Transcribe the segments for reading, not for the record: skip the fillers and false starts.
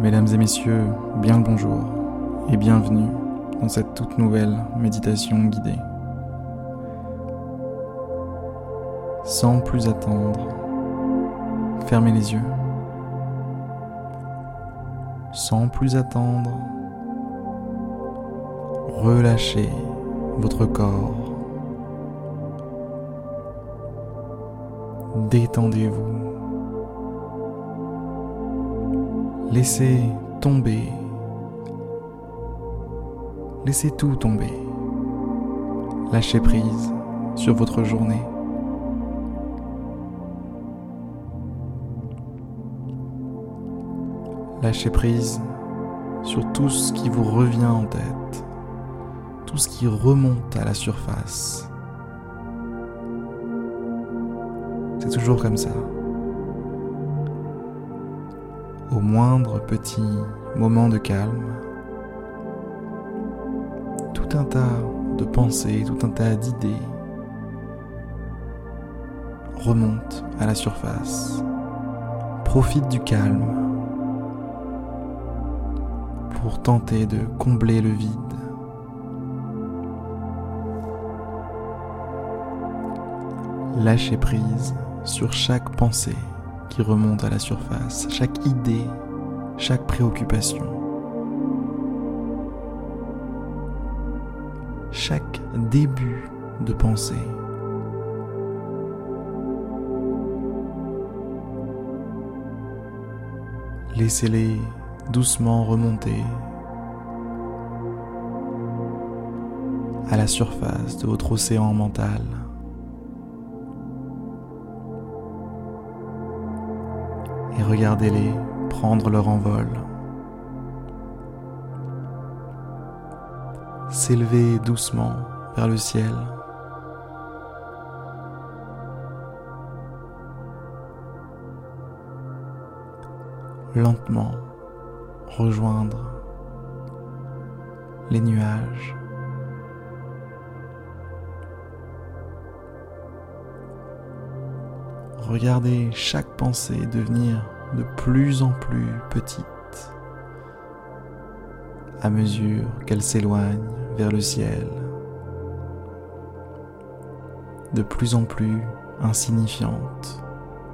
Mesdames et messieurs, bien le bonjour et bienvenue dans cette toute nouvelle méditation guidée. Sans plus attendre, fermez les yeux. Sans plus attendre, relâchez votre corps. Détendez-vous. Laissez tomber. Laissez tout tomber. Lâchez prise sur votre journée. Lâchez prise sur tout ce qui vous revient en tête, tout ce qui remonte à la surface. C'est toujours comme ça. Au moindre petit moment de calme, tout un tas de pensées, tout un tas d'idées remontent à la surface. Profite du calme pour tenter de combler le vide. Lâchez prise sur chaque pensée qui remonte à la surface, chaque idée, chaque préoccupation, chaque début de pensée. Laissez-les doucement remonter à la surface de votre océan mental. Et regardez-les prendre leur envol, s'élever doucement vers le ciel, lentement rejoindre les nuages. Regardez chaque pensée devenir de plus en plus petite à mesure qu'elle s'éloigne vers le ciel, de plus en plus insignifiante,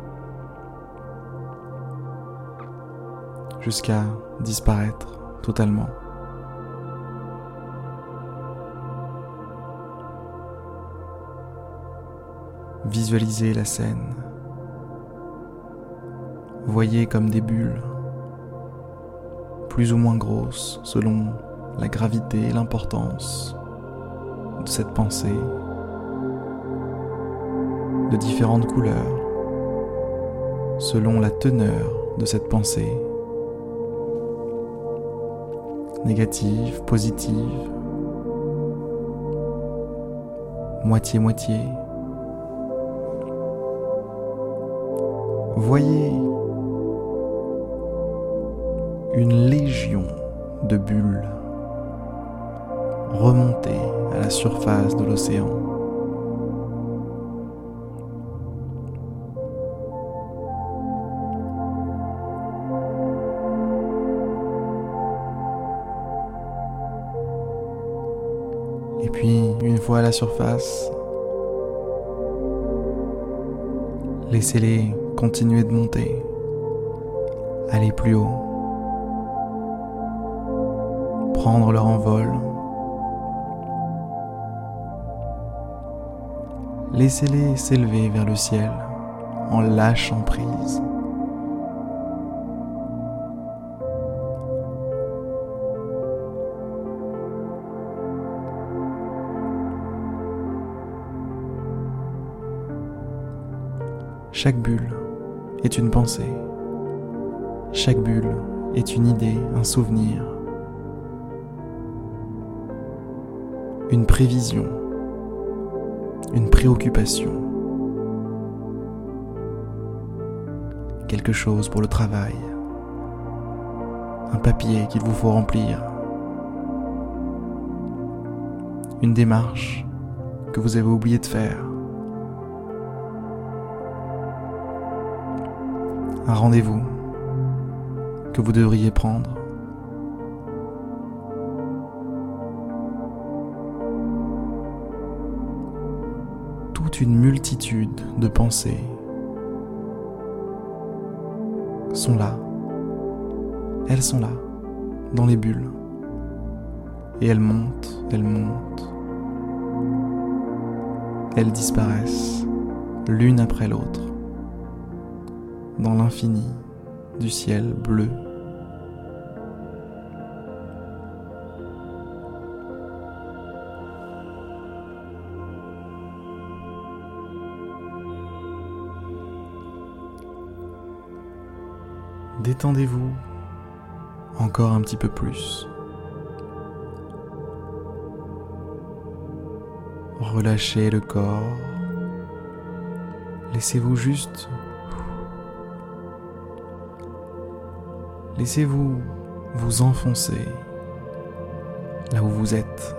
jusqu'à disparaître totalement. Visualisez la scène. Voyez comme des bulles, plus ou moins grosses selon la gravité et l'importance de cette pensée, de différentes couleurs, selon la teneur de cette pensée, négative, positive, moitié-moitié. Voyez une légion de bulles remonter à la surface de l'océan. Et puis, une fois à la surface, laissez-les continuer de monter, aller plus haut, prendre leur envol. Laissez-les s'élever vers le ciel en lâchant prise. Chaque bulle est une pensée. Chaque bulle est une idée, un souvenir, une prévision, une préoccupation, quelque chose pour le travail, un papier qu'il vous faut remplir, une démarche que vous avez oublié de faire, un rendez-vous que vous devriez prendre. Toute une multitude de pensées sont là. Elles sont là, dans les bulles. Et elles montent, elles montent. Elles disparaissent, l'une après l'autre, dans l'infini du ciel bleu. Détendez-vous encore un petit peu plus. Relâchez le corps. Laissez-vous juste. Laissez-vous vous enfoncer là où vous êtes.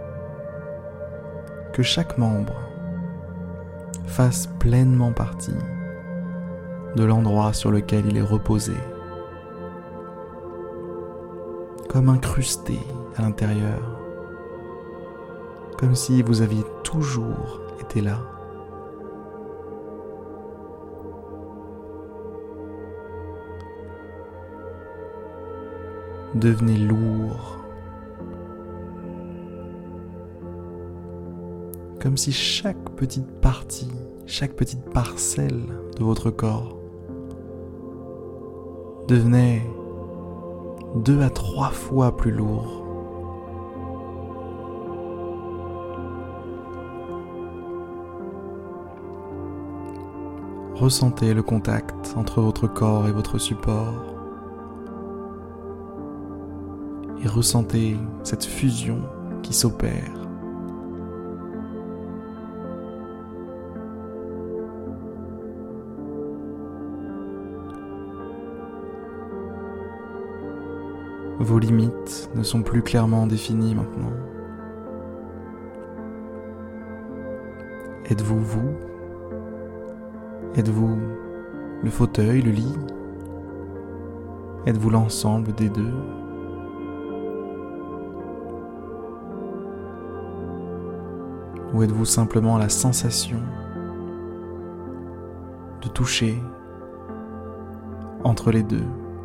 Que chaque membre fasse pleinement partie de l'endroit sur lequel il est reposé, comme incrusté à l'intérieur, comme si vous aviez toujours été là. Devenez lourd, comme si chaque petite partie, chaque petite parcelle de votre corps devenait 2 à 3 fois plus lourd. Ressentez le contact entre votre corps et votre support. Et ressentez cette fusion qui s'opère. Vos limites ne sont plus clairement définies maintenant. Êtes-vous vous ? Êtes-vous le fauteuil, le lit ? Êtes-vous l'ensemble des deux ? Ou êtes-vous simplement la sensation de toucher entre les deux ?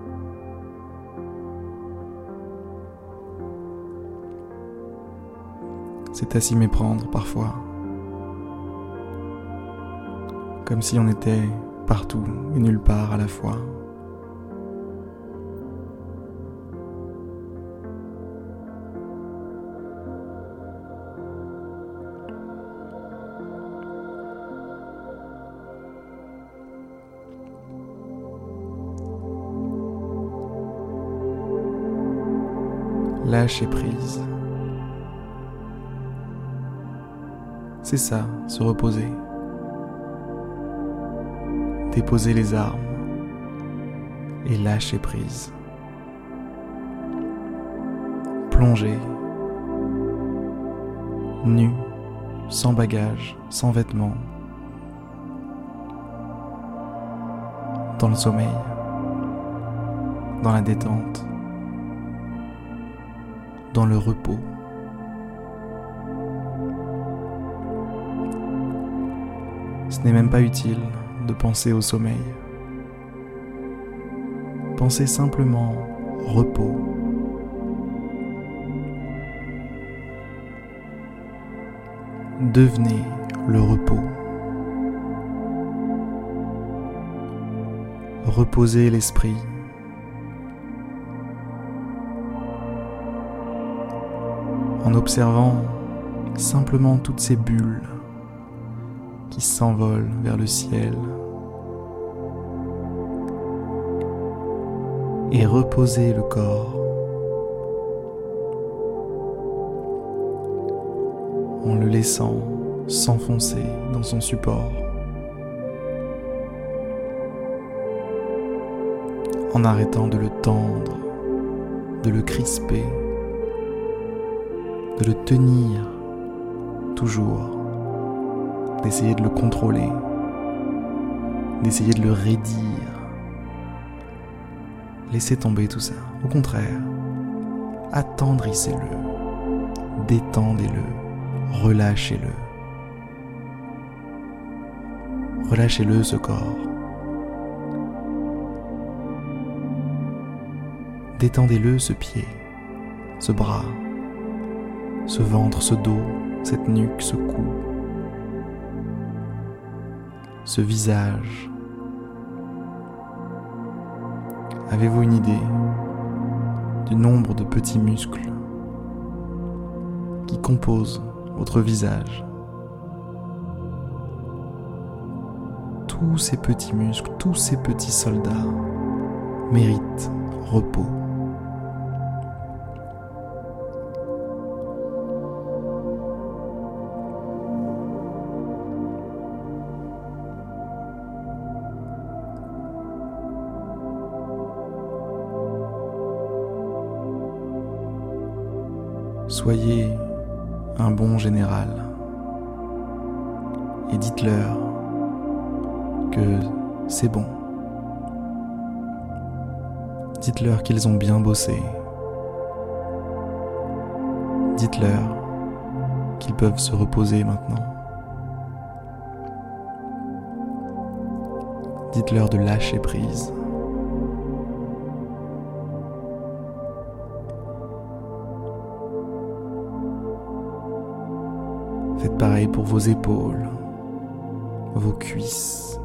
C'est à s'y méprendre parfois, comme si on était partout et nulle part à la fois. Lâcher prise. C'est ça, se reposer. Déposer les armes et lâcher prise. Plonger, nu, sans bagages, sans vêtements, dans le sommeil, dans la détente, dans le repos. Ce n'est même pas utile de penser au sommeil. Pensez simplement repos. Devenez le repos. Reposez l'esprit. En observant simplement toutes ces bulles qui s'envolent vers le ciel. Et reposez le corps en le laissant s'enfoncer dans son support, en arrêtant de le tendre, de le crisper, de le tenir toujours, d'essayer de le contrôler, d'essayer de le raidir. laissez tomber tout ça. Au contraire, attendrissez-le, détendez-le, relâchez-le. Relâchez-le, ce corps. Détendez-le, ce pied, ce bras, ce ventre, ce dos, cette nuque, ce cou, ce visage. Avez-vous une idée du nombre de petits muscles qui composent votre visage? Tous ces petits muscles, tous ces petits soldats méritent repos. Soyez un bon général et dites-leur que c'est bon. Dites-leur qu'ils ont bien bossé. Dites-leur qu'ils peuvent se reposer maintenant. Dites-leur de lâcher prise. Faites pareil pour vos épaules, vos cuisses,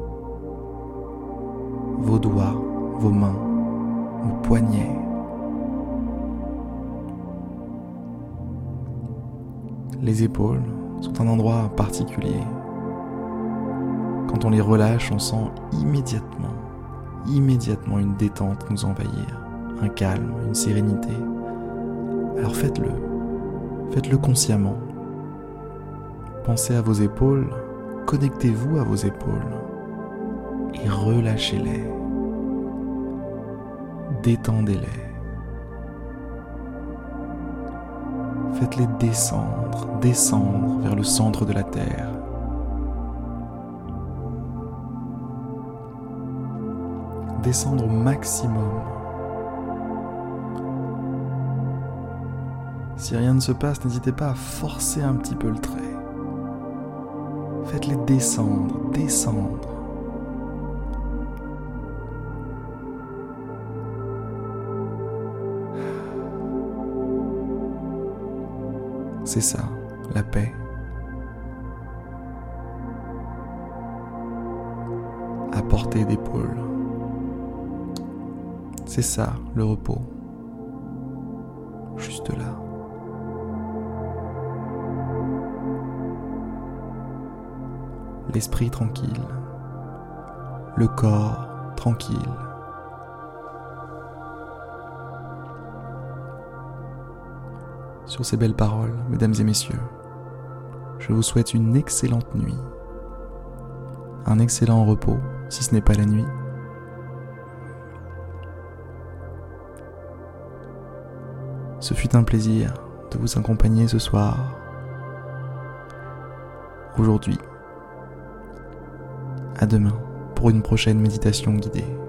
vos doigts, vos mains, vos poignets. Les épaules sont un endroit particulier. Quand on les relâche, on sent immédiatement une détente nous envahir, un calme, une sérénité. Alors faites-le consciemment. Pensez à vos épaules, connectez-vous à vos épaules et relâchez-les. Détendez-les. Faites-les descendre vers le centre de la terre. Descendre au maximum. Si rien ne se passe, n'hésitez pas à forcer un petit peu le trait. Faites-les descendre. C'est ça, la paix. À portée d'épaule. C'est ça, le repos. Juste là. L'esprit tranquille, le corps tranquille. Sur ces belles paroles, mesdames et messieurs, je vous souhaite une excellente nuit, un excellent repos, si ce n'est pas la nuit. Ce fut un plaisir de vous accompagner ce soir, aujourd'hui. À demain pour une prochaine méditation guidée.